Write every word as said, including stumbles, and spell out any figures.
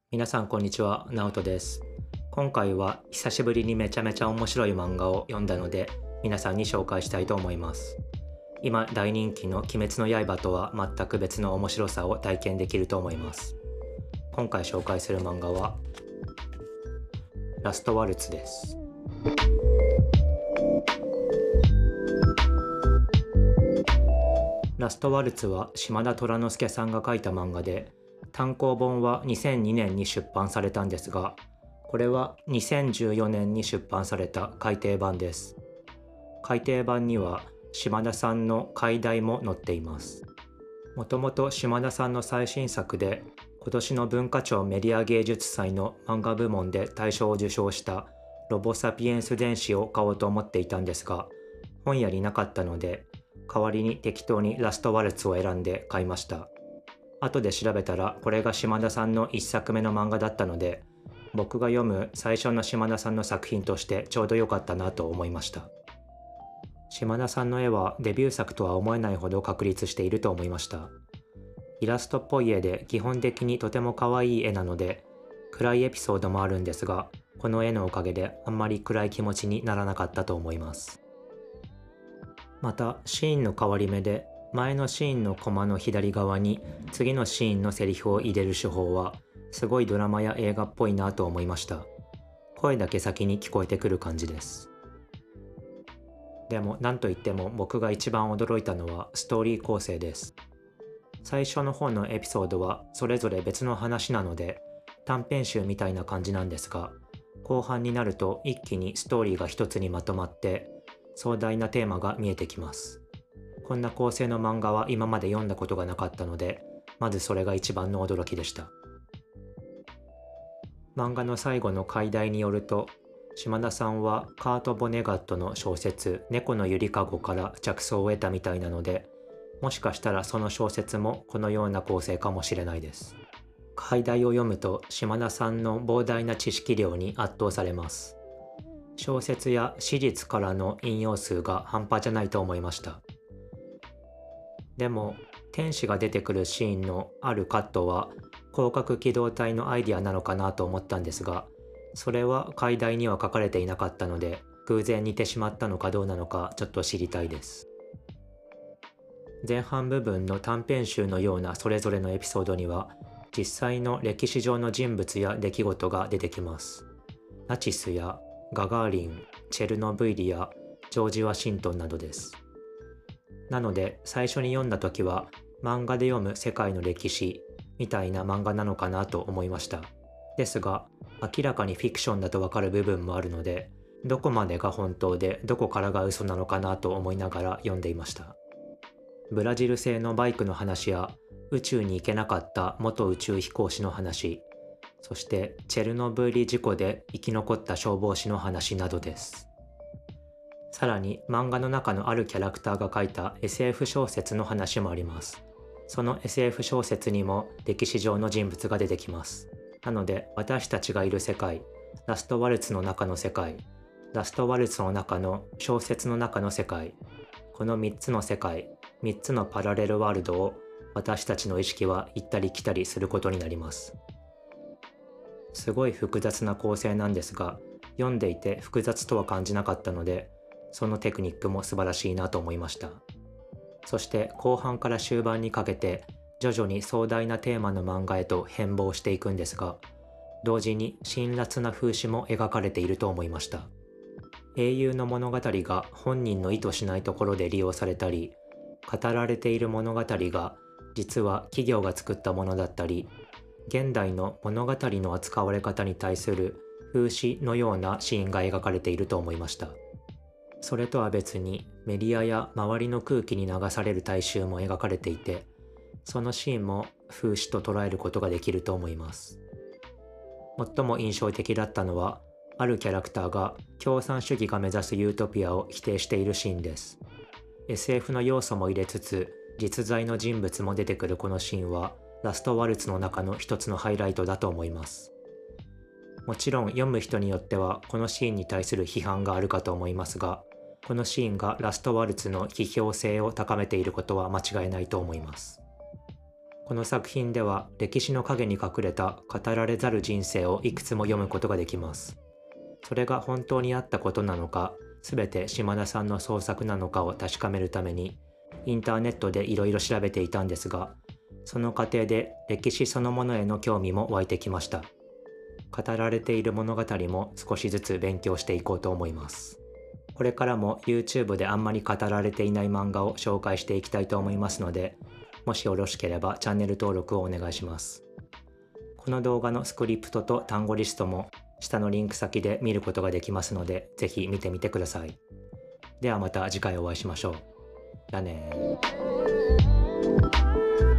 皆さんこんにちは、ナオトです。今回は久しぶりにめちゃめちゃ面白い漫画を読んだので、皆さんに紹介したいと思います。今大人気の鬼滅の刃とは全く別の面白さを体験できると思います。今回紹介する漫画はラストワルツです。ラストワルツは島田虎之介さんが書いた漫画で、単行本はにせんにねんに出版されたんですが、これはにせんじゅうよねんに出版された改訂版です。改訂版には島田さんの解題も載っています。もともと島田さんの最新作で、今年の文化庁メディア芸術祭の漫画部門で大賞を受賞したロボサピエンス電子を買おうと思っていたんですが、本屋になかったので、代わりに適当にラストワルツを選んで買いました。後で調べたらこれが島田さんのいっさくめの漫画だったので、僕が読む最初の島田さんの作品としてちょうど良かったなと思いました。島田さんの絵はデビュー作とは思えないほど確立していると思いました。イラストっぽい絵で基本的にとても可愛い絵なので、暗いエピソードもあるんですが、この絵のおかげであんまり暗い気持ちにならなかったと思います。またシーンの変わり目で、前のシーンのコマの左側に次のシーンのセリフを入れる手法はすごいドラマや映画っぽいなと思いました。声だけ先に聞こえてくる感じです。でも何といっても僕が一番驚いたのはストーリー構成です。最初の方のエピソードはそれぞれ別の話なので短編集みたいな感じなんですが、後半になると一気にストーリーが一つにまとまって壮大なテーマが見えてきます。こんな構成の漫画は今まで読んだことがなかったので、まずそれが一番の驚きでした。漫画の最後の解題によると、島田さんはカート・ボネガットの小説「猫のゆりかご」から着想を得たみたいなので、もしかしたらその小説もこのような構成かもしれないです。解題を読むと島田さんの膨大な知識量に圧倒されます。小説や史実からの引用数が半端じゃないと思いました。でも天使が出てくるシーンのあるカットは広角機動隊のアイディアなのかなと思ったんですが、それは解題には書かれていなかったので、偶然似てしまったのかどうなのかちょっと知りたいです。前半部分の短編集のようなそれぞれのエピソードには実際の歴史上の人物や出来事が出てきます。ナチスやガガーリン、チェルノブイリやジョージ・ワシントンなどです。なので最初に読んだ時は漫画で読む世界の歴史みたいな漫画なのかなと思いました。ですが明らかにフィクションだとわかる部分もあるので、どこまでが本当でどこからが嘘なのかなと思いながら読んでいました。ブラジル製のバイクの話や宇宙に行けなかった元宇宙飛行士の話、そしてチェルノブイリ事故で生き残った消防士の話などです。さらに漫画の中のあるキャラクターが書いた エスエフ 小説の話もあります。その エスエフ 小説にも歴史上の人物が出てきます。なので私たちがいる世界、ラストワルツの中の世界、ラストワルツの中の小説の中の世界、このみっつの世界、みっつのパラレルワールドを私たちの意識は行ったり来たりすることになります。すごい複雑な構成なんですが、読んでいて複雑とは感じなかったので、そのテクニックも素晴らしいなと思いました。そして後半から終盤にかけて徐々に壮大なテーマの漫画へと変貌していくんですが、同時に辛辣な風刺も描かれていると思いました。英雄の物語が本人の意図しないところで利用されたり、語られている物語が実は企業が作ったものだったり、現代の物語の扱われ方に対する風刺のようなシーンが描かれていると思いました。それとは別にメディアや周りの空気に流される大衆も描かれていて、そのシーンも風刺と捉えることができると思います。最も印象的だったのは、あるキャラクターが共産主義が目指すユートピアを否定しているシーンです。エスエフ の要素も入れつつ実在の人物も出てくるこのシーンはラストワルツの中の一つのハイライトだと思います。もちろん読む人によってはこのシーンに対する批判があるかと思いますが、このシーンがラストワルツの批評性を高めていることは間違いないと思います。 この作品では歴史の陰に隠れた語られざる人生をいくつも読むことができます。それが本当にあったことなのか、すべて島田さんの創作なのかを確かめるためにインターネットでいろいろ調べていたんですが、その過程で歴史そのものへの興味も湧いてきました。語られている物語も少しずつ勉強していこうと思います。これからも YouTube であんまり語られていない漫画を紹介していきたいと思いますので、もしよろしければチャンネル登録をお願いします。この動画のスクリプトと単語リストも下のリンク先で見ることができますので、ぜひ見てみてください。ではまた次回お会いしましょう。じゃあねー。